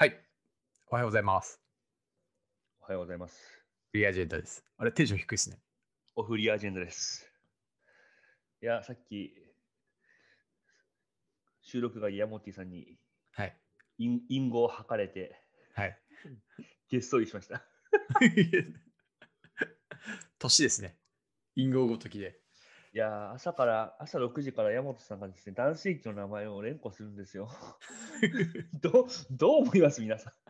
はい。おはようございます。 おはようございます。 フリーアジェンダです。あれ、テンション低いですね。 オフリーアジェンダです。いや、さっき収録がヤモティさんにはい。 隠語を吐かれて、 はい。 げっそりしました。 年ですね。隠語ごときで。 いや、朝6時からヤモトさんがですね、男性器の名前を連呼するんですよ。どう思います皆さん。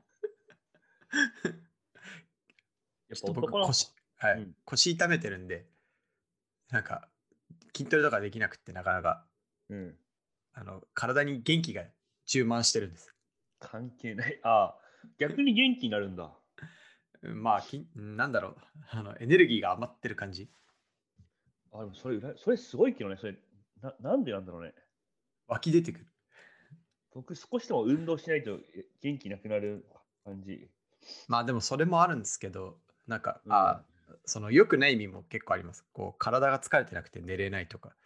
やっぱちょっと僕男の子。 はい。 うん、 腰痛めてるんで、なんか、筋トレとかできなくってなかなか、 うん。 体に元気が充満してるんです。 関係ない。ああ、逆に元気になるんだ。 まあ、なんだろう。エネルギーが余ってる感じ。 あ、でもそれすごいけどね。なんでなんだろうね。 湧き出てくる。 僕、少しでも運動しないと元気なくなる感じ。 まあでもそれもあるんですけど、なんか、 うん。 その良くない意味も結構あります。こう、体が疲れてなくて寝れないとか。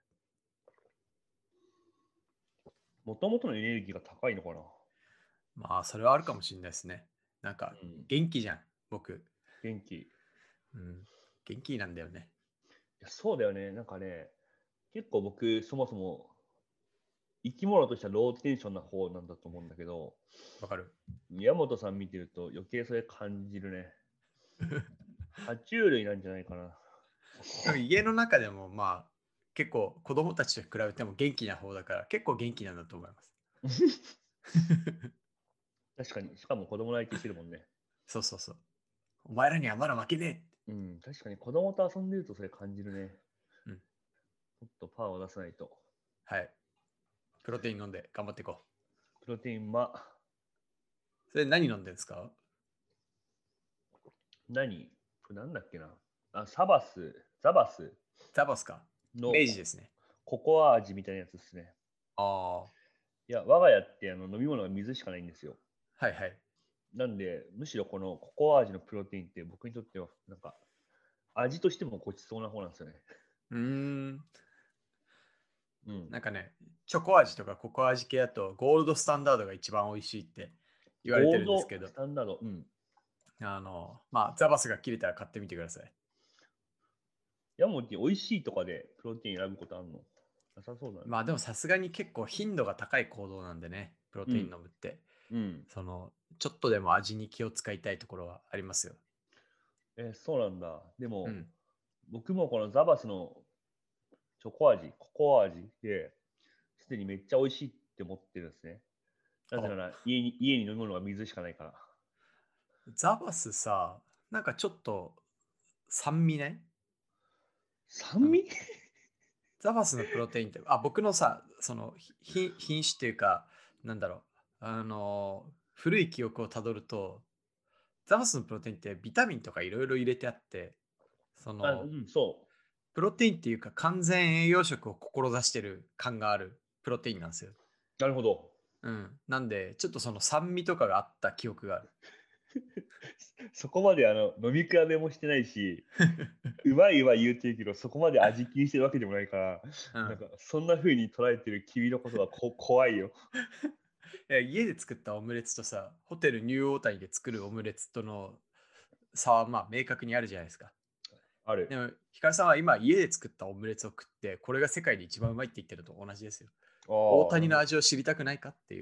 もともとのエネルギーが高いのかな。 まあ、それはあるかもしれないですね。なんか、 うん。 元気じゃん、僕。 元気。いうん。元気なんだよね。 や、そうだよね。なんかね、結構僕、そもそも生き物としてはローテンションな方なんだと思うんだけど、 わかる。 宮本さん見てると余計それ感じるね。爬虫類なんじゃないかな。 でも家の中でも、まあ、結構子供たちと比べても元気な方だから、結構元気なんだと思います。 確かに、しかも子供の相手してるもんね。 そうそうそう。お前らにはまだ負けねうん、確かに子供と遊んでるとそれ感じるね。 え。うん。 もっとパワーを出さないと。 はい。プロテイン飲んで頑張っていこう。 プロテインはそれ何飲んでんですか？ これなんだっけな。あ、ザバスザバスか。 の明治ですね。 ココア味みたいなやつですね。 ああ。 いや、我が家って飲み物が水しかないんですよ。 はいはい。 なんで、むしろこのココア味のプロテインって僕にとっては、なんか、味としてもごちそうな方なんですよね。 うーん。 うん。 なんかね、チョコ味とかココア味系だと、ゴールドスタンダードが一番美味しいって言われてゴールドるんですけど、 スタンダード。うん。 まあ、ザバスが切れたら買ってみてください。 ヤモティ美味しいとかでプロテイン選ぶことあんの？なさそうだね。 まあでもさすがに結構頻度が高い行動なんでね、プロテインうん。 飲むって。 うん。 ちょっとでも味に気を使いたいところはありますよ。 そうなんだ。でも、 うん。 僕もこのザバスのチョコ味、ココア味で、すでにめっちゃ美味しいって思ってるんですね。なぜなあ、 ら家に飲み物が水しかないから。 ザバスさ、なんかちょっと酸味ね。あの、 酸味。 ザバスのプロテインって、僕のさ、品種っていうか、なんだろう、古い記憶をたどると、ザバスのプロテインってビタミンとかいろいろ入れてあって、そあ、うの、 ん、そプロテインっていうか完全栄養食を志してる感があるプロテインなんですよ。 う。なるほど。 うん。なんで、ちょっとその酸味とかがあった記憶がある。 そこまで飲み比べもしてないし、うまいうまい言うてるけど、そこまで味気にしてるわけでもないから、 うん。 なんかそんな風に捉えてる君のことが怖いよ。 家で作ったオムレツとさ、ホテルニューオータニで作るオムレツとの差はまあ明確にあるじゃないですか。 ある。 でも、ヒカルさんは今家で作ったオムレツを食って、これが世界で一番うまいって言ってるのと同じですよ。大ああ、なるほど。 谷の味を知りたくないかっていう。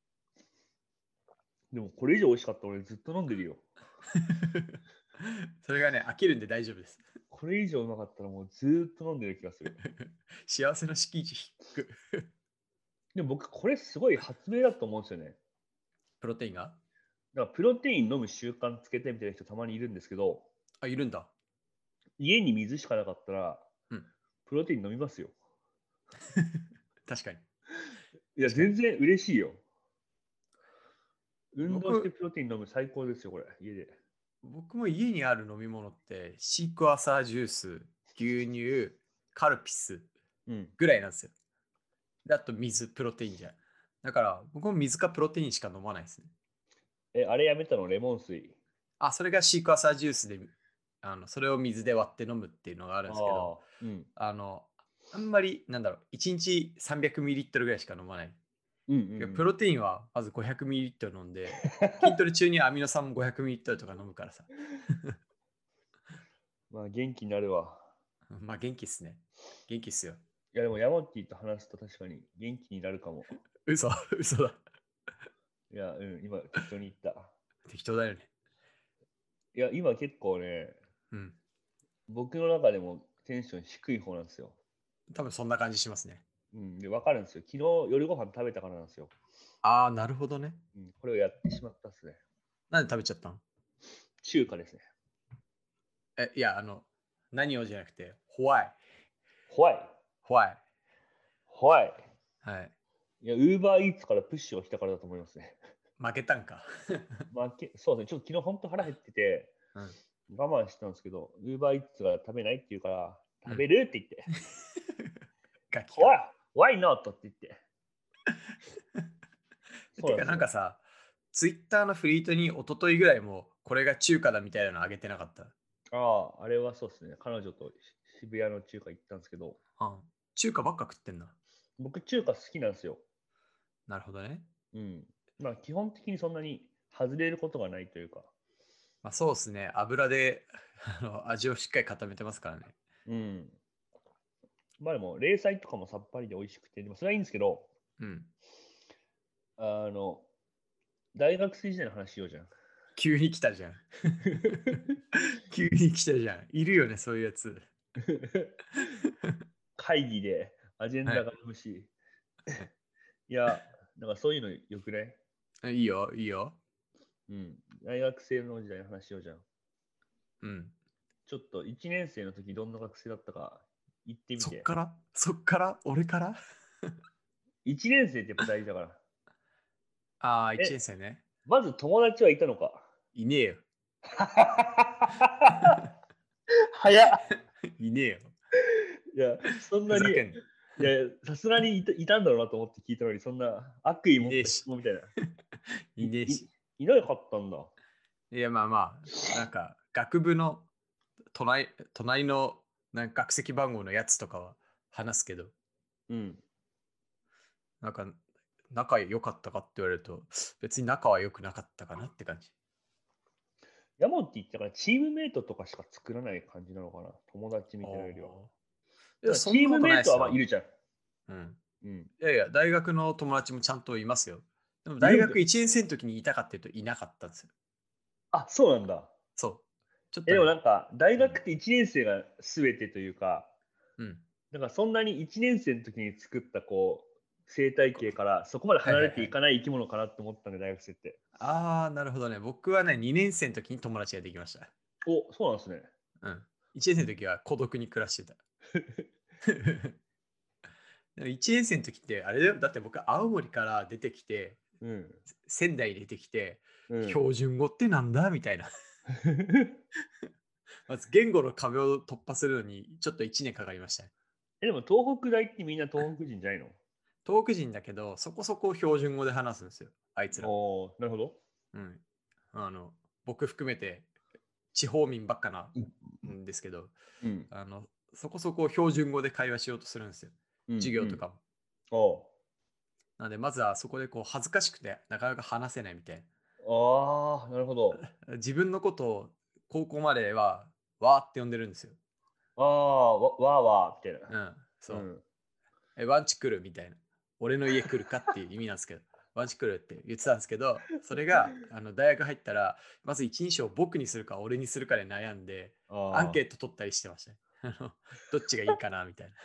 でもこれ以上美味しかったら俺ずっと飲んでるよ。 それがね、飽きるんで大丈夫です。 これ以上うまかったらもうずーっと飲んでる気がする。 幸せの敷地低く。 でも僕これすごい発明だと思うんですよね。 プロテインがだからプロテイン飲む習慣つけてみたいな人たまにいるんですけど、 いるんだ。 家に水しかなかったら、 うん。 プロテイン飲みますよ。 確かに。 いや、 確かに。 全然嬉しいよ。運動して僕、 プロテイン飲む最高ですよ、これ、家で。 僕も家にある飲み物って、シークワーサージュース、牛乳、カルピスうん。 ぐらいなんですよ。で、あと水、プロテインじゃん。だから僕も水かプロテインしか飲まないですね。 あれやめたのレモン水。 それがシークワーサージュースで、それを水で割って飲むっていうのがあるんですけど、 ああ、うん。 あんまり、1日 300ml ぐらいしか飲まない。 うんうんうん。 プロテインはまず 500ml 飲んで、筋トレ中にアミノ酸も 500ml とか飲むからさ。 まあ元気になるわ。 まあ元気っすね。元気っすよ。 いやでもヤモティと話すと確かに元気になるかも。 嘘、嘘だ。 いや、今適当に言った。 適当だよね。 いや、今結構ね、 うん。 僕の中でもテンション低い方なんですよ。 多分そんな感じしますね。 で、わかるんですよ。昨日夜ご飯食べたからなんですよ。 ああ、なるほどね。 これをやってしまったっすね。 なんで食べちゃったの？ 中華ですね。 いや、何をじゃなくて、ホワイ。 ホワイ。 ホワイ。 ホワイ。 はい。 いや、ウーバーイーツからプッシュが来たからだと思いますね。 負けたんか。 そうですね。ちょっと昨日本当腹減ってて、 うん。 我慢してたんですけど、ウーバーイーツが食べないって言うから、 うん、 食べるって言って、 ガキか。 Why not? って言って。そうてかなんですよ。 なんかさ、ツイッターのフリートに一昨日ぐらいもこれが中華だみたいなのあげてなかった？ あれはそうですね。彼女と渋谷の中華行ったんですけど、 うん。中華ばっか食ってんな。 僕中華好きなんですよ。 なるほどね。 まあ基本的にそんなに外れることがないというか、 まあそうですね。油で味をしっかり固めてますからね。 うん。まあでも、冷菜とかもさっぱりで美味しくて、でもそれはいいんですけど、 うん。 あの、大学生時代の話しようじゃん。 急に来たじゃん。急に来たじゃん。いるよね、そういうやつ。 会議でアジェンはい。 ダがあるし、いや、なんかそういうのよくね。 いいよ、いいよ。 大学生の時代の話しようじゃん。 うん。 ちょっと1年生の時どんな学生だったか言ってみて。 そっから俺から 1年生ってやっぱ大事だから。 ああ、1 え、 年生ね。 まず友達はいたのか？ いねえよ。 早っ。 いねえよ。 いや、そんなに、 ふざけんな。 いや、さすがにいたんだろうなと思って聞いたのに、そんな悪意持った質いねえし。 問みたいな。 いねえし。 いなかったんだ。 いや、まあまあ、なんか、学部の隣のなんか学籍番号のやつとかは話すけど、 うん。 なんか、仲良かったかって言われると、別に仲は良くなかったかなって感じ。 ヤモンって言ったからチームメイトとかしか作らない感じなのかな。友達みたいなよりは。 おーいや、 だからそんなことチームメイトないですよ。 はまあいるじゃん。 うん。 うん。 いやいや、大学の友達もちゃんといますよ。でも大学いるんだ。 1年生の時にいたかっていうといなかったんですよ。 あ、そうなんだ。 そう。ちょっとでもね。 なんか、大うん。 学って1年生が全てというか、 うん。 なんかそんなに1年生の時に作ったこう、生態系からそこまで離れていはいはいはい。 かない生き物かなって思ったんで、大学生って。 ああ、なるほどね。僕はね、2年生の時に友達ができました。 お、そうなんですね。 うん。1年生の時は孤独に暮らしてた。でも1年生の時って、あれだよ。だって僕、青森から出てきて、 うん。 仙台に出てきて、 うん。 標準語ってなんだみたいな。まず言語の壁を突破するのにちょっと1年かかりましたね。 でも東北大ってみんな東北人じゃないの？ 東北人だけど、そこそこ標準語で話すんですよ、あいつら。 おお、なるほど。 うん。あの、僕含めて地方民ばっかなんですけど、 うん。 そこそこ標準語で会話しようとするんですよ。 うんうん。 授業とかも。 おなので、まずはそこでこう恥ずかしくてなかなか話せないみたいああ、なるほど。 な。自分のことを高校まではわーって呼んでるんですよ。 ああ、わーわーみたいな。 うん、そう。 うん。 ワンチ来るみたいな。俺の家来るかっていう意味なんですけど、ワンチ来るって言ってたんですけど、それが大学入ったら、まず一人称を僕にするか俺にするかで悩んで、アンケああ。 ート取ったりしてましたね。どっちがいいかなみたいな。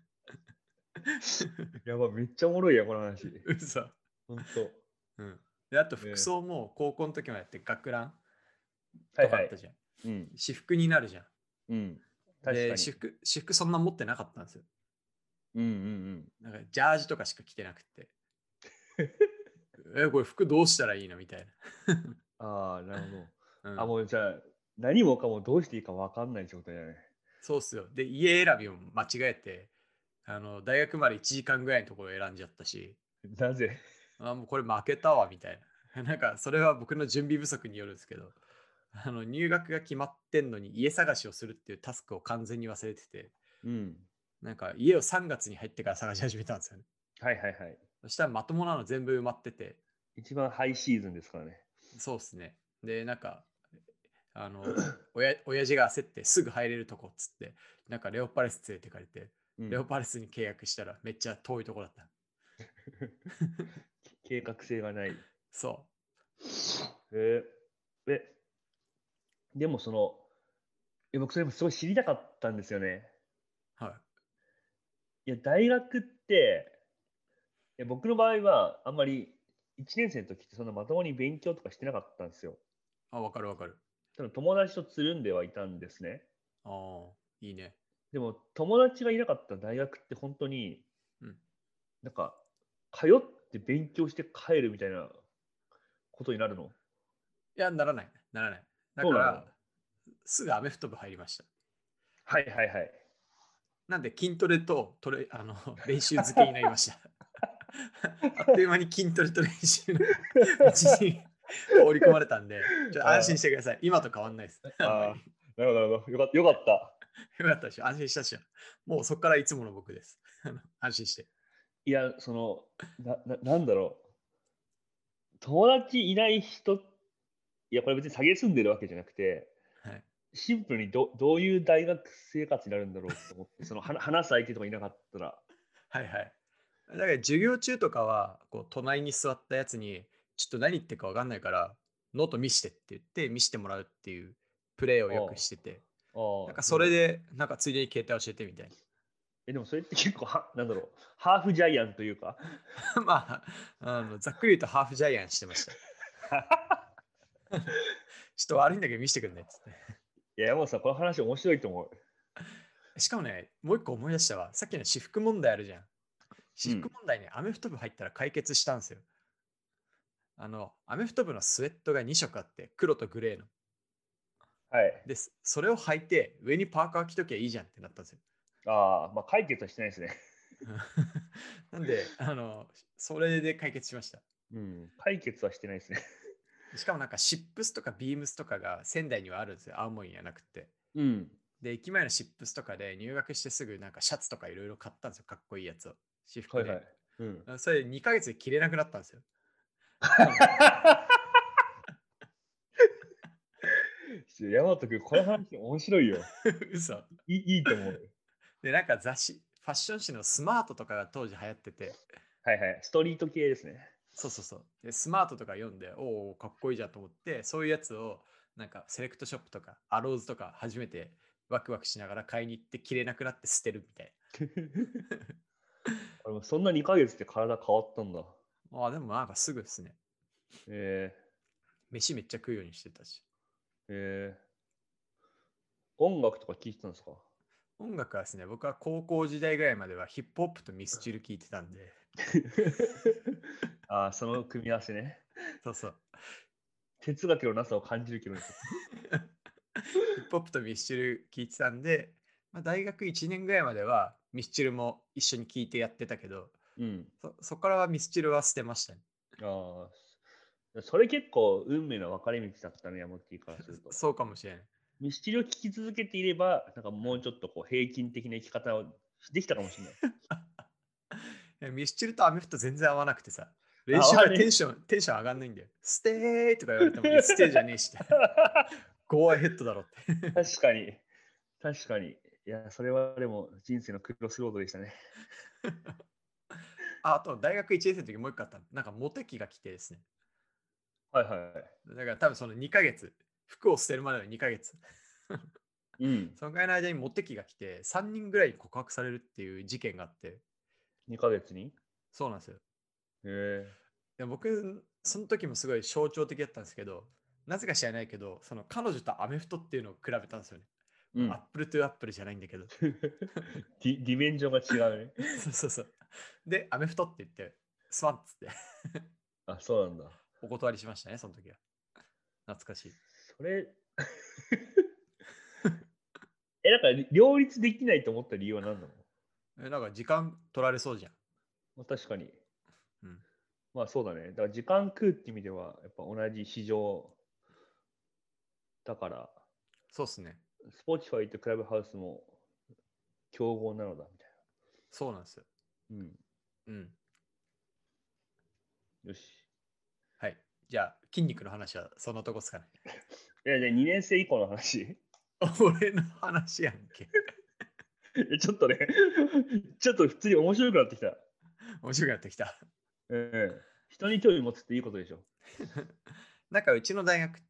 やば、めっちゃおもろいや、この話。 嘘。 ほんと。 うん。で、あと服ね、 装も高校の時もやって学ランはいはい。 とかあったじゃん。 うん。 私服になるじゃん。 うん。確かで、 に。 私服そんな持ってなかったんですよ。 うんうんなんかジャージとかしか着てなくて。 うん。 これ服どうしたらいいのみたいああ、なるほど。 な。うあ、 ん。 もうじゃあ、何もかもどうしていいか分かんない状態だね。 そうっすよ。で、家選びも間違えて、大学まで1時間ぐらいのところを選んじゃったし、 なぜ？ もうこれ負けたわ、みたいな。なんか、それは僕の準備不足によるんですけど、入学が決まってんのに家探しをするっていうタスクを完全に忘れてて、 うん。 なんか家を3月に入ってから探し始めたんですよね。 はいはいはい。 そしたらまともなの全部埋まってて、 一番ハイシーズンですからね。 そうっすね。で、なんか、あの、親父が焦ってすぐ入れるとこっつって、なんかレオパレス連れてかれて、レオうん。 パレスに契約したらめっちゃ遠いとこだった。 計画性がない。 そええ、でも僕それもすごい知りたかったんですよね。 う。はい。 いや、大学って、僕の場合はあんまり1年生の時ってそんなまともに勉強とかしてなかったんですよ。 あ、わかるわかる。 ただ友達とつるんではいたんですね。 ああ、いいね。 でも友達がいなかった大学って本当にうん。 なんか通って勉強して帰るみたいなことになるの？ いや、ならない。ならない。だそうなの？ から、すぐアメフト部入りました。 はいはいはい。 なんで筋トレと練習漬けになりました。あっという間に筋トレと練習の道に放り込まれたんで、ちょっと安心してください。今と変わんないです。 ああ、なるほど、なるほど。よかった。 よかったでしょ。安心したでしょ。もうそこからいつもの僕です。安心して。 いや、なんだろう。友達いない人、いや、これ別に下げ住んでるわけじゃなくて、 はい。 シンプルにどういう大学生活になるんだろうと思って、話す相手とかいなかったら、 はいはい。だから授業中とかは、こう隣に座ったやつに、ちょっと何言ってるかわかんないから、ノート見してって言って見してもらうっていうプレイをよくあしてて、なんかあ、でも、 それで、なんかついでに携帯教えてみたいでもそれって結構なんだろう、ハーフジャイアンというか、 な。まあ、ざっくり言うとハーフジャイアンしてました。ちょっと悪いんだけど見せてくんねっつって。 いや、山本さん、この話面白いと思う。 しかもね、もう一個思い出したわ。さっきの私服問題あるじゃん。私服うん。 問題ね、アメフト部入ったら解決したんですよ。アメフト部のスウェットが2色あって、黒とグレーの。 はい。 で、それを履いて、上にパーカー着ときゃいいじゃんってなったんですよ。 ああ、まあ解決はしてないですね。 なんで、それで解決しました。 うん、解決はしてないですね。 しかもなんか、シップスとかビームスとかが仙台にはあるんですよ。青森にはなくて。 うん。 で、駅前のシップスとかで入学してすぐなんかシャツとかいろいろ買ったんですよ。かっこいいやつを。私服で。 はいはい。うん。 それ2ヶ月で着れなくなったんですよ。あの山本君、この話面白いよ。 嘘。 いいと思う。 で、なんか雑誌、ファッション誌のスマートとかが当時流行ってて、 はいはい。ストリート系ですね。 そうそうそう。で、スマートとか読んで、おお、かっこいいじゃんと思って、そういうやつを、なんかセレクトショップとか、アローズとか初めてワクワクしながら買いに行って着れなくなって捨てるみたいそんな2ヶ月で体変わったんだ。 な。ああ、でもなんかすぐですね。 え飯めっちゃ食うようにしてたし。 音楽とか聴いてたんですか？ 音楽はですね、僕は高校時代ぐらいまではヒップホップとミスチル聴いてたんで、 ああ、その組み合わせね。 そうそう。 哲学のなさを感じるけどね、ちょっヒップホップとミスチル聴いてたんで、まあ、大学1年ぐらいまではミスチルも一緒に聴いてやってたけど、 と。うん。 そこからはミスチルは捨てましたね。 ああ、それ結構運命の分かれ道だったね、ヤモティからすると。 そうかもしれない。 ミスチルを聴き続けていれば、なんかもうちょっとこう平均的な生き方をできたかもしれない。 いやミスチルとアメフト全然合わなくてさ、練あ、 習からわかんね。 テンション上がんないんだよ。ステーとか言われても、いや、ステーじゃねえしって。ゴーアヘッドだろって。 確かに。確かに。いや、それはでも人生のクロスロードでしたね。 あと、大学1年生の時もう一個あったの。なんかモテ期が来てですね。 はいはいはい。 だから多分その2ヶ月、服を捨てるまでの2ヶ月。 うん。 そのぐらいの間にモテ期が来て、3人ぐらいに告白されるっていう事件があって、 2ヶ月に。 そうなんですよ。 へえ。 で僕、その時もすごい象徴的だったんですけど、なぜか知らないけど、その彼女とアメフトっていうのを比べたんですよね。 うん。 アップルトゥアップルじゃないんだけど。 ディメンジョンが違うね。 そうそうそう。で、アメフトって言って、スワンっつってあ、そうなんだ。 お断りしましたね、その時は。懐かしい。 それなんか両立できないと思った理由は何なの？ なんか時間取られそうじゃん。 まあ、確かに。 うん。 まあそうだね。だから時間食うって意味では、やっぱ同じ市場だから、 そうっすね。 スポーティファイとクラブハウスも競合なのだみたいそうなんですよ。 な。うん。 うん。 よし。 はい。じゃあ、筋肉の話はそのとこですかね。 いや、じゃあ2年生以降の話。 俺の話やんけ。 ちょっとね、ちょっと普通に面白くなってきた。 面白くなってきた。 人に興味持つっていいことでしょ。 なんかうちの大学って、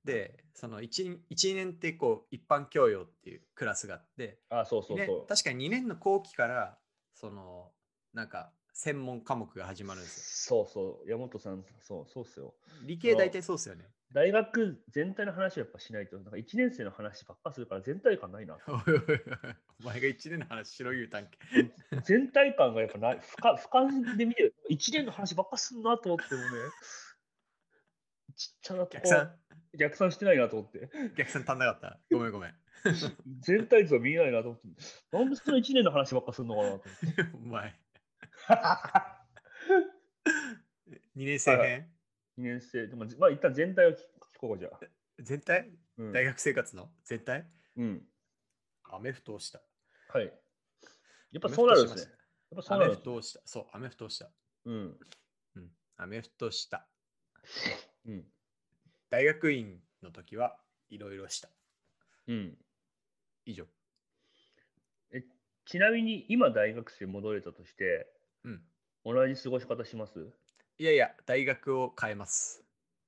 その1年ってこう一般教養っていうクラスがあって、 あ、そうそうそう。 確かに2年の後期から、その、なんか専門科目が始まるんですよ。 そうそう。山本さん、そうっすよ。 理系大体そうですよね。 大学全体の話をやっぱしないと、なんか1年生の話ばっかするから全体感ないなと。 おいおいおいお前が1年の話しろ言うたんけ。 全体感がやっぱない、俯瞰で見てる。1年の話ばっかすんなと思ってもね、ちっちゃなとこ、 逆算逆算してないなと思って。 逆算足んなかった。ごめんごめん。 全体図は見えないなと思って。なんでその1年の話ばっかすんのかなと思って。 お前。2年はいはい。 生編 2年生。でも、まあ一旦全体を聞こうじゃあ。 全体うん。 大学生活の全体うん。 アメフトをした。 はい。やっぱアメフそうなるんですね。 トしました。 やっぱそアうなるんですね。 メフトをした。そう、アメフトをした。 うん。 うん。アメフトした。 うん。 大学院の時はいろいろした。 うん。 以上。 え、ちなみに今大学生戻れたとして、 うん。 同じ過ごし方します？ いやいや、大学を変えます。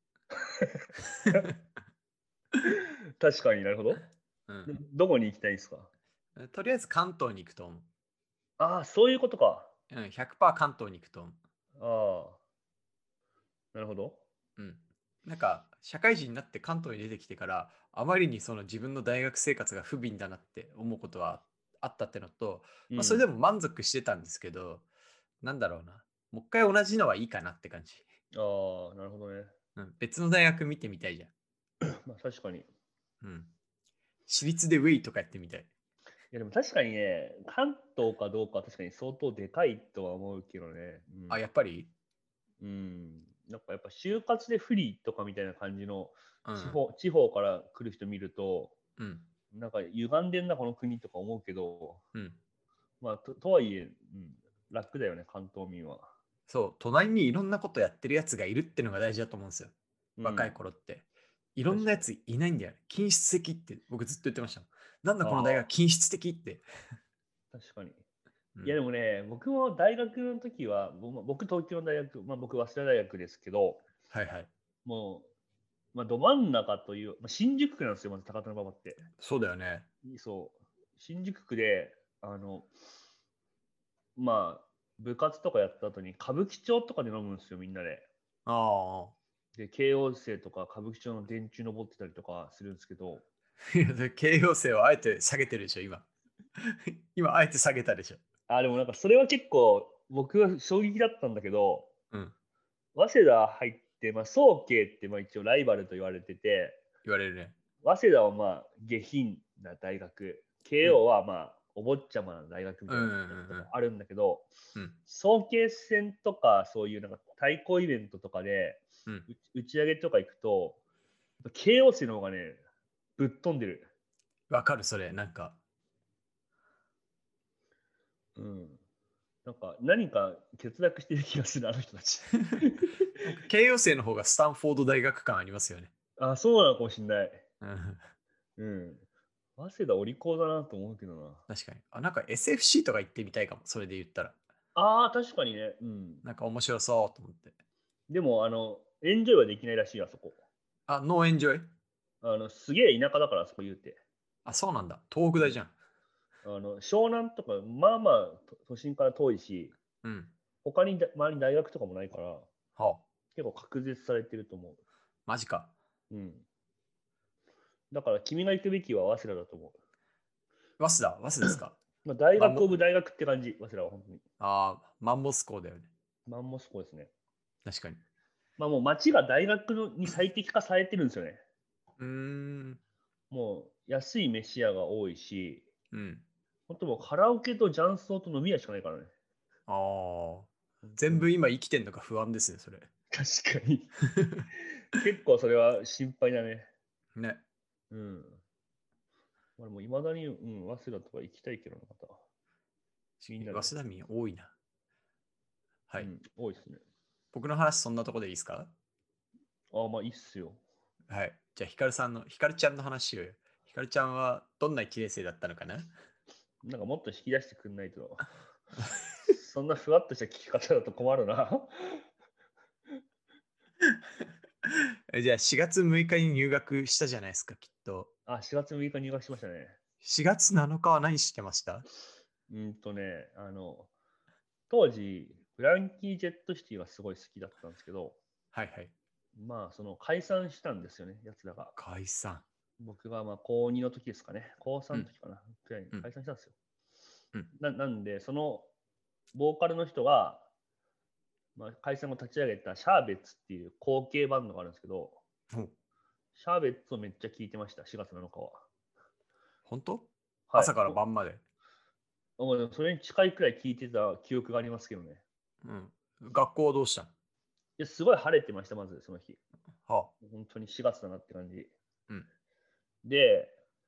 確かになるほど。 うん。 どこに行きたいんですか？ とりあえず関東に行くと思う。 ああ、そういうことか。 うん、100%関東に行くと思ああ、なるほど。 う。うん。なんか、社会人になって関東に出てきてから、あまりにその自分の大学生活が不憫だなって思うことはあったってのと、まあ、それうん。 でも満足してたんですけど、なんだろうな。もう一回同じのはいいかなって感じ。 ああ、なるほどね。 うん、別の大学見てみたいじゃん。 まあ確かに。いうん。私立でウェイとかやってみたい。 やでも確かにね、関東かどうかは確かに相当でかいとは思うけどね。 あ、やっぱりうん。うん。なんかやっぱ就活で不利とかみたいな感じのうん。 地方から来る人見ると、 うん。 なんか歪んでんな、この国とか思うけど、 うん。 まあ、とはいえ、楽だよね、関東民は。 そう、隣にいろんなことやってるやつがいるってのが大事だと思うんですよ。若いうん。 頃って。いろん確かに。 なやついないんだよ。均質的って僕ずっと言ってました。なんだこの大学あ均質的って。 あ、確かに。いや、 うん。 でもね、僕も大学の時は、僕東京の大学、まあ、僕、早稲田大学ですけど、 はいはい。 もう、まあ、ど真ん中という、まあ、新宿区なんですよ、まず高田馬場って。 そうだよね。 そう。新宿区で、まあ、部活とかやった後に歌舞伎町とかで飲むんですよ、みんなで。 ああ。 で、慶応生とか歌舞伎町の電柱登ってたりとかするんですけど、 いやで形容性をあえて下げてるでしょ、今。今、あえて下げたでしょ。 でもなんかそれは結構僕は衝撃だったんだけど、 うん。 早稲田入って、まあ、早慶ってまあ一応ライバルと言われてて、 言われるね。 早稲田はまあ下品な大学、慶うん。 応はまあお坊ちゃまな大学みたいなうんうんとこあるんだけど、 うん。 早慶戦とかそういうなんか対抗イベントとかでうん。 打ち上げとか行くと、慶応生の方がね、ぶっ飛んでる。 わかる、それ。なんか、 うん。なんか何か欠落してる気がする、あの人たち。 なんか形容性の方がスタンフォード大学感ありますよね。 あ、そうなのかもしんない。 うん。 うん。早稲田お利口だなと思うけどな。 確かに。あ、なんか SFC とか行ってみたいかも。それで言ったら。 ああ、確かにね。うん。 なんか面白そうと思って。 でも、エンジョイはできないらしい、あそこ。 あ、ノーエンジョイすげえ田舎だから、あそこ言うて。 あ、そうなんだ。東北大じゃん。 湘南とか、まあまあ、都心から遠いし、 うん。 他に周りに大学とかもないから、 はあ。 結構確実されてると思マジか。 う。うん。だから、君が行くべきは早稲田だと思早稲田ですか？ う。まあ、大マンモ、 学オブ大学って感じ、早稲田は本当に。 マンモス校だよね。 マンモス校ですね。 確かに。 まあもう街が大学に最適化されてるんですよね。 うーん。 もう安い飯屋が多いし、 うん。 本当もうカラオケと雀荘と飲み屋しかないからね。 ああ。 本当に。 全部今生きてんのか不安ですね、それ。 確かに。結構それは心配だね。 ね。 うん。俺もいまだに、早稲田とか行きたいけどな、また。みんなで。 早稲田民多いな。はい。 うん、多いですね。 僕の話そんなとこでいいですか？ ああ、まあいいっすよ。 はい。じゃあ、ヒカルちゃんの話しようよ。ヒカルちゃんはどんな1年生だったのかな？ なんかもっと引き出してくんないと。そんなふわっとした聞き方だと困るな。 じゃあ、4月6日に入学したじゃないですか、きっと。 あ、4月6日入学しましたね。 4月7日は何してました？ あの、当時、フランキー・ジェット・シティがすごい好きだったんですけど、 はいはい。 まあ、その解散したんですよね、やつらが。 解散。 僕がまあ高2の時ですかね、高3 うん。 の時かな、くらいにうん。 解散したんですよ。 うん。 なんで、そのボーカルの人が、まあ、解散を立ち上げたシャーベッツっていう後継バンドがあるんですけど、 ほうシャーベッツをめっちゃ聴いてました、4月7日は。 本当？ はい。 朝から晩まで。 もうでもそれに近いくらい聴いてた記憶がありますけどね。 うん。学校はどうしたの？ いや、すごい晴れてました、まずその日。 はあ。 本当に4月だなって感じ。 うん。 で、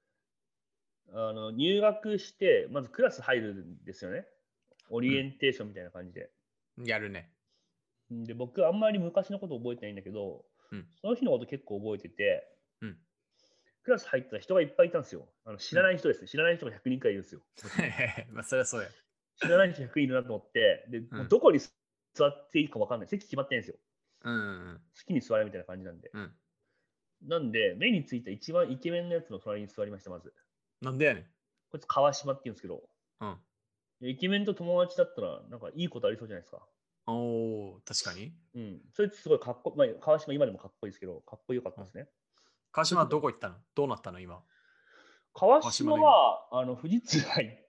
入学して、まずクラス入るんですよね。オリエンテーションみたいな感じで。 やるね。 で、僕、あんまり昔のこと覚えてないんだけど、 うん。 その日のこと結構覚えてて、 うん。 クラス入ったら人がいっぱいいたんですよ。知うん。 らない人ですね。知らない人が100人くらいいるんですよ。 まあ、そりゃそうや。 知らない人100人いるなと思って、で、 うん。 もうどこに座っていいか分かんない。席決まってないんですよ。 うん。 好きに座れみたいな感じなんで。 うん。 なんで、目についた一番イケメンのやつの隣に座りました、まず。 なんでやねん。 こいつ川島って言うんですけど、 うん。 イケメンと友達だったら、なんかいいことありそうじゃないですか。 おー、確かに。 うん。そいつすごいかっこ、まあ、川島今でもかっこいいですけど、かっこよかったですね。 川島はどこ行ったの？どうなったの今？ 川川島の今。 島は、富士通入って、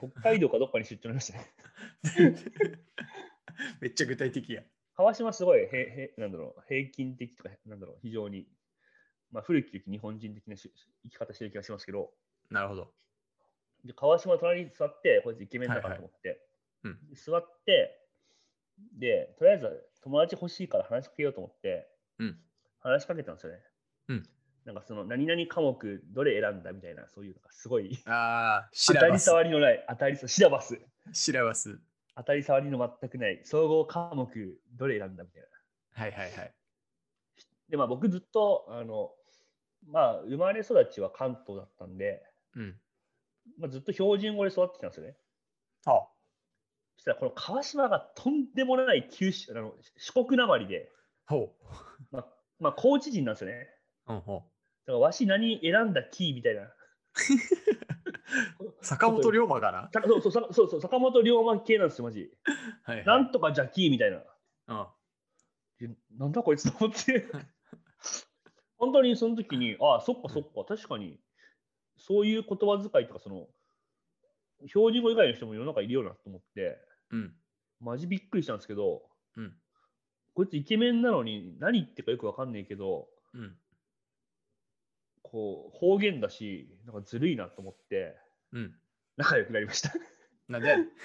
北海道かどっかに出張になりましたね。 めっちゃ具体的や。 川島すごい、なんだろう、平均的とか、なんだろう、非常に、まあ、古き良き日本人的な生き方してる気がしますけど、 なるほど。 で川島の隣に座って、こいつイケメンだからと思って、 うん。 座って、で、とりあえず友達欲しいから話しかけようと思って、 うん。 話しかけたんですよね。 うん。 なんかその何々科目どれ選んだみたいな、そういうのがすごいあー、シ当たりラバス。 障りのない、シラバス。 シラバス。 当たり障りの全くない、総合科目どれ選んだみたいな。 はいはいはい。 で、まあ僕ずっと、まあ生まれ育ちは関東だったんで、 うん。 まあ、ずっと標準語で育ってきたんですよね。 はそしたらこの川島がとんでもない四国なまりで、 あ。ほまあ高知人なんですよね。 う。うんほだからわし何選んだキーみたいな。 う。坂本龍馬かな？ そう、坂本龍馬系なんですよ、マジ。 はいはい。 なんとかジャキーみたいな。 うん。 なんだこいつと思って。本当にその時に、ああ、そっかそっか、確かに、そういう言葉遣いとか、標準語以外の人も世の中いるよなと思って、 うん。 マジびっくりしたんですけど、 うん。 こいつイケメンなのに何言ってるかよくわかんないけど、 うん。 こう、方言だし、なんかずるいなと思って、 うん。 仲良くなりました。っなんでやねん。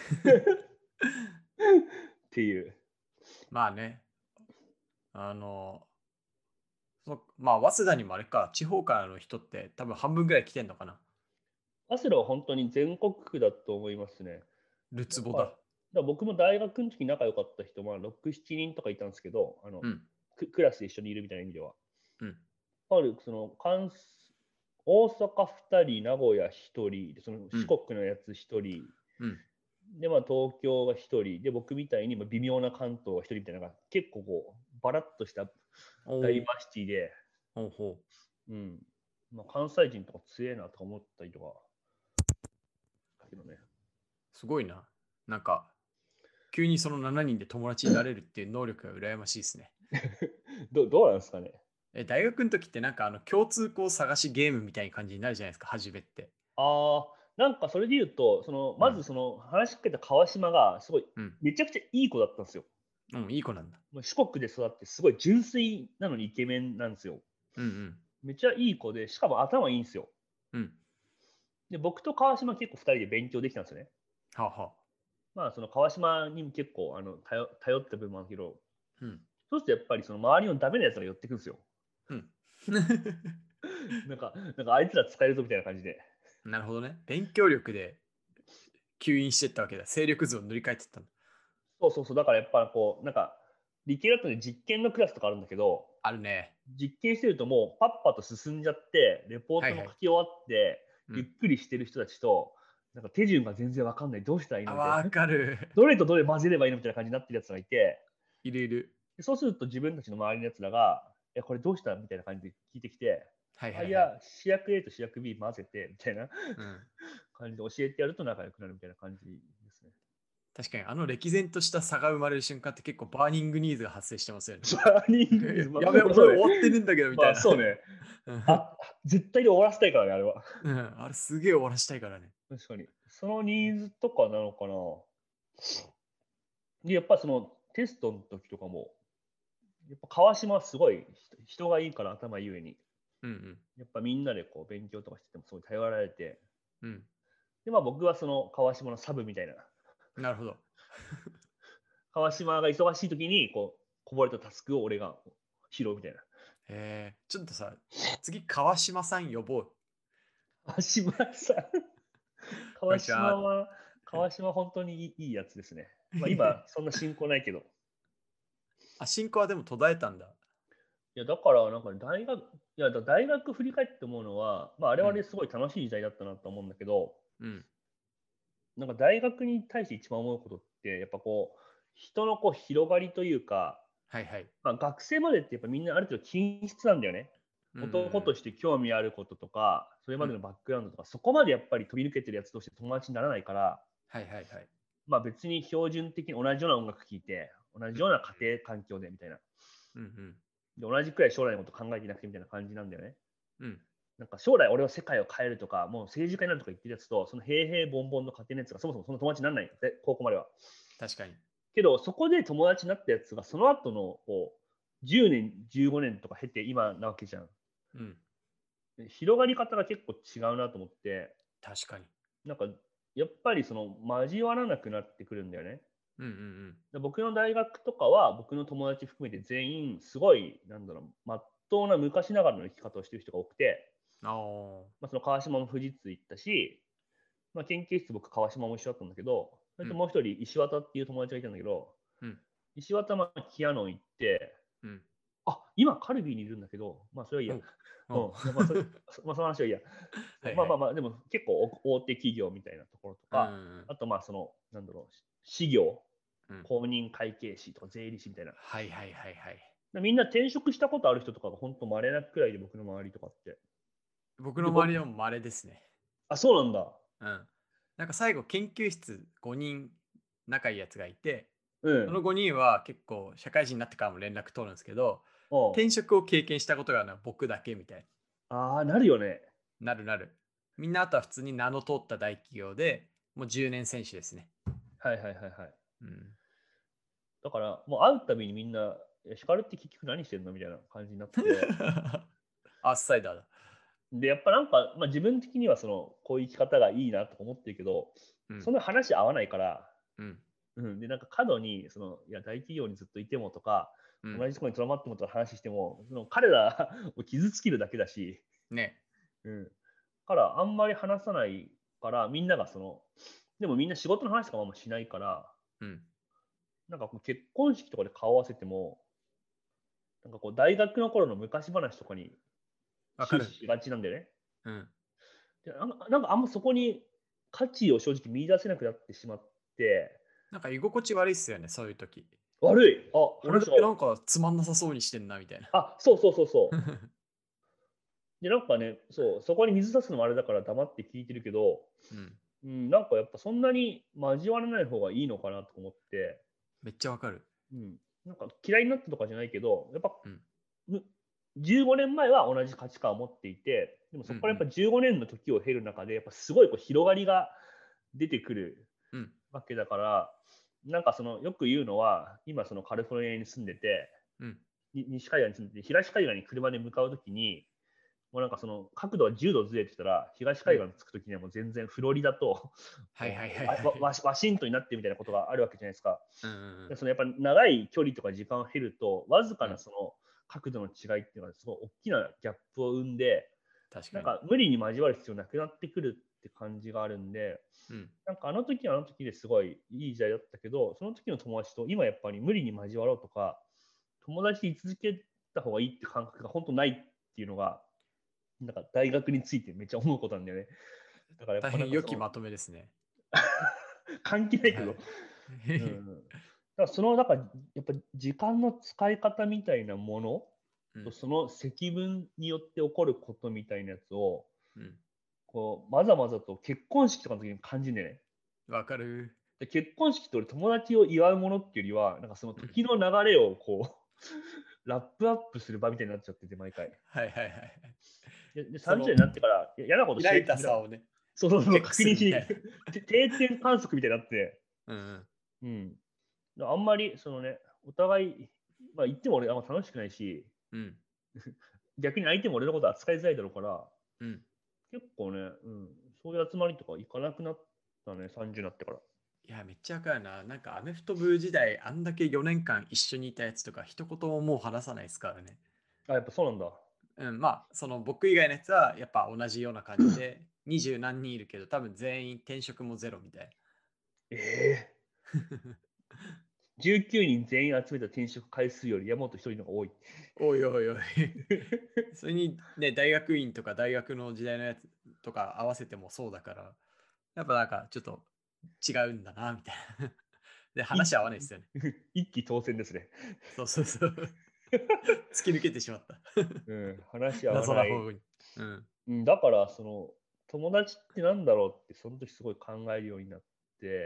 ていう。 まあね。あの、まあ、早稲田にもあれか、地方からの人って多分半分ぐらい来てんのかな。 アスラは本当に全国区だと思いますね。 ルツボだ。 だから僕も大学の時仲良かった人、まあ、6、7人とかいたんですけど、 うん。 クラスで一緒にいるみたいな意味では。 うん。 やっぱり大阪2人、名古屋1人、その四国のやつ1人、 うん。 で、まあ、東京が1人、で、僕みたいに微妙な関東が1人みたいなのが、結構こう、バラッとしたおー。 ダイバーシティで、 ほうほうん。まあ、関西人とか強えなとか思ったりとか、だけどね。 う。すごいな。なんか、急にその7人で友達になれるっていう能力が羨ましいですね。 どうなんですかね。 大学の時ってなんか共通項探しゲームみたいな感じになるじゃないですか、初めって。 なんかそれで言うと、まず話しかけた川島が、すごい、 うん。 めちゃくちゃいい子だったんですよ。 うん、いい子なんだ。 もう四国で育って、すごい純粋なのにイケメンなんですよ。 うんうん。 めっちゃいい子で、しかも頭いいんですよ。 うん。 で、僕と川島結構2人で勉強できたんですよね。 はあはあ。 まあ、その川島にも結構頼った部分もあるけど、 うん。 そうするとやっぱりその周りのダメなやつが寄ってくるんですよ。 うん。 なんかあいつら使えるぞみたいな感じで。 なるほどね。勉強力で吸引してったわけだ。勢力図を塗り替えてったんだ。 そう、だからやっぱこう、なんか、 理系だとね、実験のクラスとかあるんだけど、 あるね。 実験してるともうパッパと進んじゃって、レポートもはいはい。 書き終わって、ゆっうん。 くりしてる人たちと、なんか手順が全然わかんない、どうしたらいいのあ、 みたいな。 わかる。 どれとどれ混ぜればいいのみたいな感じになってるやつがいて、 いるいる。 でそうすると自分たちの周りのやつらが、これどうしたみたいな感じで聞いてきて、いはいはいはい。 や、主役 A と主役 B 混ぜて、みたいなうん。 感じで教えてやると仲良くなるみたいな感じですね。 確かに、あの歴然とした差が生まれる瞬間って結構バーニングニーズが発生してますよね。 バーニングニーズ、 やべ、俺そうね。 終わってるんだけど、みたいな。 そうね。絶対に終わらせたいからね、あれは。 うん、あれすげえ終わらしたいからね。 確かに。そのニーズとかなのかな。で、やっぱそのテストの時とかも、やっぱ川島はすごい人がいいから頭いい上に、 うんうん。 やっぱみんなでこう勉強とかしててもすごい頼られて、 うん。 で、まあ僕はその川島のサブみたいな、 なるほど。 川島が忙しい時にこうこぼれたタスクを俺が拾うみたいな。 ちょっとさ、次、川島さん呼ぼう。 川島さん、川こんにちは。 島は、川島本当にいいやつですね。まあ今、そんな進行ないけど。 あ、進行はでも途絶えたんだ。 いや、だからなんか大学振り返って思うのは、まああれうん。 はね、すごい楽しい時代だったなと思うんだけど、 うん。 なんか大学に対して一番思うことって、やっぱこう、人のこう広がりというか、 はいはい。 まあ、学生までってやっぱみんなある程度均質なんだよね。 うんうんうん。 男として興味あることとか、それうん。 までのバックグラウンドとか、そこまでやっぱり飛び抜けてるやつとして友達にならないから、 はいはいはい。 まあ別に標準的に同じような音楽聴いて、同じような家庭環境でみたいな。 うんうん。 で、同じくらい将来のこと考えてなくてみたいな感じなんだよね。 うん。 なんか将来俺は世界を変えるとか、もう政治家になるとか言ってるやつと、その平々凡々の家庭のやつがそもそもその友達にならないので、高校までは。 確かに。 けど、そこで友達になったやつが、その後のこう10年、15年とか経て今なわけじゃん。 うん。 広がり方が結構違うなと思って、 確かに。 なんかやっぱりその交わらなくなってくるんだよね。 うんうんうん。 で僕の大学とかは、僕の友達含めて全員、すごい、なんだろう、まっとうな昔ながらの生き方をしてる人が多くて、 ああ。 まあ、その川島も富士通行ったし、まあ、研究室僕川島も一緒だったんだけど、それうん。 ともう一人石渡っていう友達がいたんだけど、 うん。 石渡はキアノン行って、 うん。 今カルビーにいるんだけど、まあそれはいいや。 おう。おう。 まあその話はいいや。 はいはい。 でも結構大手企業みたいなところとうんうか、 んあとまあその、なんだろう、事業、 うん。うん。 公認会計士とか税理士みたいな。 はいはいはいはい。 みんな転職したことある人とかが本当稀なくらいで僕の周りとかって。 僕ので、 周りでも稀ですね。 そうなんだ。 うん。なんか最後、研究室5人仲いいやつがいて、 うん。 その5人は結構社会人になってからも連絡取るんですけど、 おう転職を経験したことがあるのは僕だけみたいなるよね。 な。なるなる。みんなあとは普通に名の通った大企業で、もう10年選手ですね。 はいはいはいはい。 うん。 だから、もう会うたびにみんな、ヒカルって結局何してんのみたいな感じになって。 アースサイダーだ。 で、やっぱなんか、まあ、自分的にはその、こういう生き方がいいなとか思ってるけど、 うん。 そんな話合わないから、 うん。 で、なんか過度に、その、いや、大企業にずっといてもとか、 うん。 同じところにとどまってもとか話しても、その彼らを傷つけるだけだし、 ね。 うん。からあんまり話さないから、みんながその、でもみんな仕事の話とかもあんましないから、 うん。 なんかこう結婚式とかで顔合わせても、なんかこう大学の頃の昔話とかにわかる。 終始しがちなんだよね。 うん。 でなんかあんまそこに価値を正直見出せなくなってしまって、 なんか居心地悪いっすよね、そういう時。 悪い。 俺だ話が、 けなんかつまんなさそうにしてんな、みたいな。 そうそうそうそう。で、なんかね、そこに水差すのもあれだから黙って聞いてるけど、 うん。 なんかやっぱそんなに交わらない方がいいのかなと思って、 めっちゃわかる。 うん、なんか嫌いになったとかじゃないけど、やっぱうん。 む15年前は同じ価値観を持っていて、でもうん。うそこからやっぱん。 15年の時を経る中で、やっぱすごいこう広がりが出てくるうん。 わけだから、なんかそのよく言うのは、今そのカリフォルニアに住んでて、 うん。 西海岸に住んでて、東海岸に車で向かうときに、もうなんかその角度が10度ずれてたら、東うん。 海岸に着くときにはもう全然フロリダとはいはいはいはい。 ワシントンになってるみたいなことがあるわけじゃないですか。 うんうんでそのやっぱ長い距離とか時間を経ると、わずかうん。うん。 なその角度の違いっていうのはすごい大きなギャップを生んで、 確かに。 なんか無理に交わる必要なくなってくるって感じがあるんで、 うん。 なんかあの時はあの時ですごいいい時代だったけど、その時の友達と今やっぱり無理に交わろうとか、 友達で居続けた方がいいって感覚が本当ないっていうのが、なんか大学についてめっちゃ思うことなんだよね。だからやっ大ぱなんかその、 変良きまとめですね。 関係ないけど、 はい。 うん。だからその、なんかやっぱ時間の使い方みたいなものと、 うん。 その積分によって起こることみたいなやつを、 うん。 こう、まざまざと結婚式とかの時に感じんだよね。 わかる。 で、結婚式って俺友達を祝うものっていうよりは、なんかそのうん。 時の流れをこうラップアップする場みたいになっちゃってて、毎回。 はいはいはいはい。 で、30 その年になってから、嫌なことしな開いいとダメだから。 た差をね、 そうそうそう、 チェック確認しに、 するみたいな。 定点観測みたいになって、 うんうん。 うん。あんまり、そのね、お互い、まあ言っても俺あんま楽しくないし、 うん。 逆に相手も俺のこと扱いづらいだろうから、 うん。 結構ね、そういう集まりとか行かなくなったね、30になってから。 いや、めっちゃわかるな。なんかアメフト部時代、あんだけ4年間一緒にいたやつとか、一言ももう話さないですからね。 あ、やっぱそうなんだ。 うん、まあ、その僕以外のやつはやっぱ同じような感じで、20何人いるけど、多分全員転職もゼロみたいええな。 19人全員集めた転職回数より山本一人の方が多い。 おいおいおい。それにね、大学院とか大学の時代のやつとか合わせてもそうだから、やっぱなんかちょっと違うんだな、みたいな。で、話合わないですよね。 一気当選ですね。 そうそうそう。突き抜けてしまった。 うん、話合わない。 謎な方に。うん。 うん、だから、その、友達ってなんだろうって、その時すごい考えるようになって、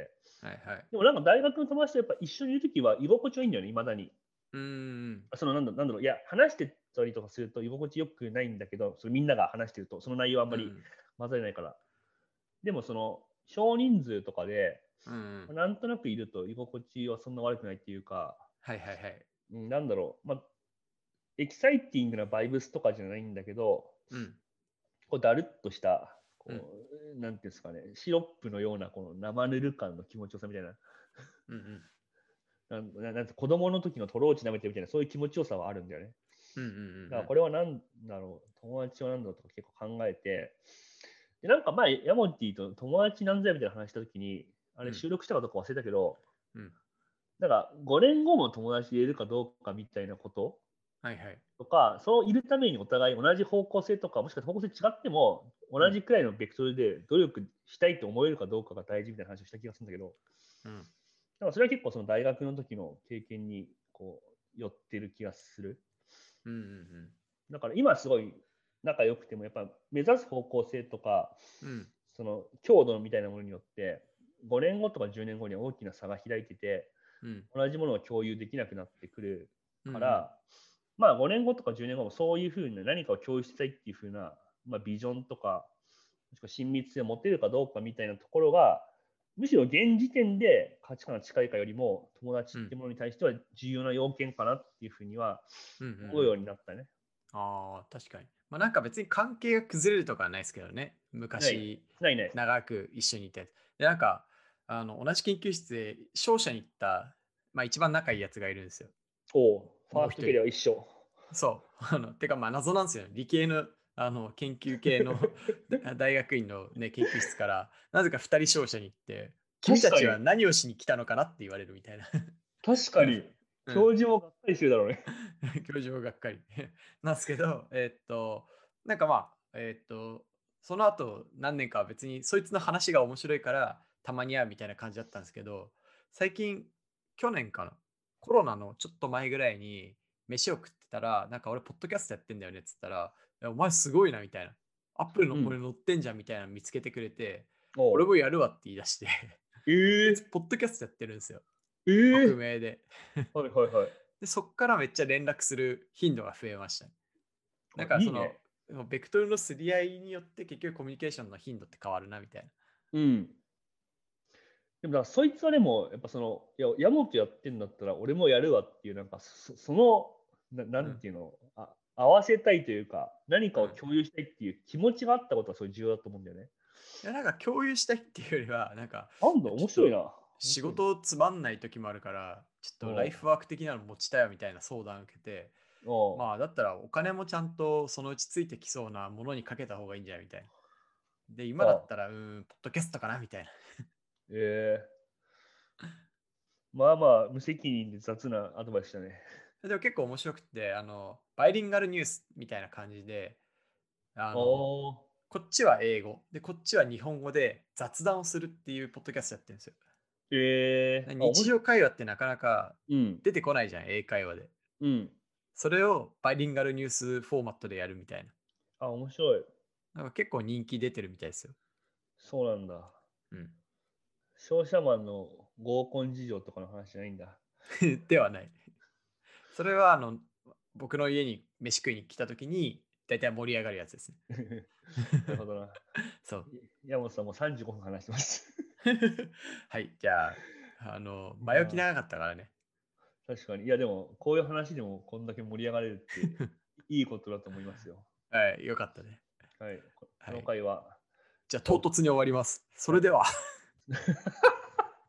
はいはい。 でもなんか大学の友達とやっぱ一緒にいる時は居心地はいいんだよね、未だに。 うーん。 そのなんだろう、いや、話してたりとかすると居心地よくないんだけど、それみんなが話してると、その内容あんまりうん。 混ざれないから。でもその、少人数とかで、 うん。 なんとなくいると居心地はそんな悪くないっていうか、 はいはいはい。 なんだろう、エキサイティングなバイブスとかじゃないんだけど、 うん。 こうだるっとした、 うん。 なんていうんですかね、シロップのようなこの生ぬる感の気持ちよさみたいな、 うんうん。 なんて子供の時のトローチ舐めてるみたいな、そういう気持ちよさはあるんだよね。 うんうんうんだからうん。 これは何だろう、友達は何だろうとか結構考えて、でなんか前、ヤモティと友達なんぞやみたいな話した時に、あれうん。 収録したかどうか忘れたけど、 うん。 なんか5年後も友達でいるかどうかみたいなことはいはい。 とか、そういるためにお互い同じ方向性とか、もしくは方向性違っても、 うん。 同じくらいのベクトルで努力したいと思えるかどうかが大事みたいな話をした気がするんだけど、 うん。 だからそれは結構その大学の時の経験にこう寄ってる気がする。 うんうんだから今すごい仲良くても、やっぱ目指す方向性とか、 うん。うん。 その強度みたいなものによって、5年後とか10年後には大きな差が開いてて、 うん。 同じものを共有できなくなってくるうんうん。 から、まあ5年後とか10年後もそういうふうな何かを共有したいっていうふうな、ビジョンとか、もしくは親密性を持てるかどうかみたいなところが、むしろ現時点で価値観が近いかよりも、友達うん。 っていうものに対しては重要な要件かなっていうふうにはうんうんうん。 思うようになったね。 ああ、確かに。まあなんか別に関係が崩れるとかはないですけどね。 ない、 昔、 ないね。 長く一緒にいて。で、なんか、同じ研究室で商社に行った、まあ一番仲いいやつがいるんですよ。 おう、ファーストキャリアもう一人。 は一緒。 そう。てかまあ謎なんですよね。理系の、研究系の大学院のね、研究室から、なぜか二人商社に行って、君たちは確かに、 何をしに来たのかなって言われるみたいな。 確かに、 うん。 教授もがっかりしてるだろうね。 教授もがっかり。なんですけど、なんかまあ、その後何年かは別にそいつの話が面白いからたまに会うみたいな感じだったんですけど、最近、去年かな、コロナのちょっと前ぐらいに飯を食ってたら、なんか俺、ポッドキャストやってんだよねっつったら、いやお前すごいなみたいな。アップルのうん。 これ乗ってんじゃんみたいなの見つけてくれて、 おう。 俺もやるわって言い出して、こいつ、 えポッドキャストやってるんですよ。 えええ匿名で。 はいはいはい。 で、そっからめっちゃ連絡する頻度が増えましたね。なんあ、 かその、 いいね。 ベクトルのすり合いによって結局コミュニケーションの頻度って変わるなみたいな。 うん。でもだからそいつはでも、やっぱその、いや、ヤモトやってんだったら俺もやるわっていう、なんかその、なうん。 んていうの、合わせたいというか、何かをうん。 共有したいっていう気持ちがあったことはすごい重要だと思うんだよね。 いや、なんか共有したいっていうよりは、なんか、 なんだ、 ちょっと面白いな。面仕白いな。 事つまんない時もあるから、ちょっとライフおワーク的なの持ちたいよみたいな相談を受けて、 うおう。 まあだったらお金もちゃんとそのうちついてきそうなものにかけた方がいいんじゃないみたいな。で、今だあったら、ポッドキャストかなみたいな。 ええまあまあ、無責任で雑なアドバイスだね。 でも結構面白くて、バイリンガルニュースみたいな感じで、あの、 おー。 こっちは英語で、こっちは日本語で雑談をするっていうポッドキャストやってるんですよ。 あ、 日常会話ってなかなかうん。 出てこないじゃん、英会話で。 うん。 それをバイリンガルニュースフォーマットでやるみたいな。 あ、面白い。 なんか結構人気出てるみたいですよ。 そうなんだ。 うん。 商社マンの合コン事情とかの話じゃないんだ。 ではない。それは僕の家に飯食いに来た時に大体盛り上がるやつですね。 なるほどな。 そう。 山本さんもう35分話してます。 はい、じゃあ、 いやー、 前置き長かったからね。 確かに。いや、でも、こういう話でもこんだけ盛り上がれるっていいことだと思いますよ。 はい、よかったね。 はい。このはい。 回は、 じゃあ、唐突に終わります。それでは。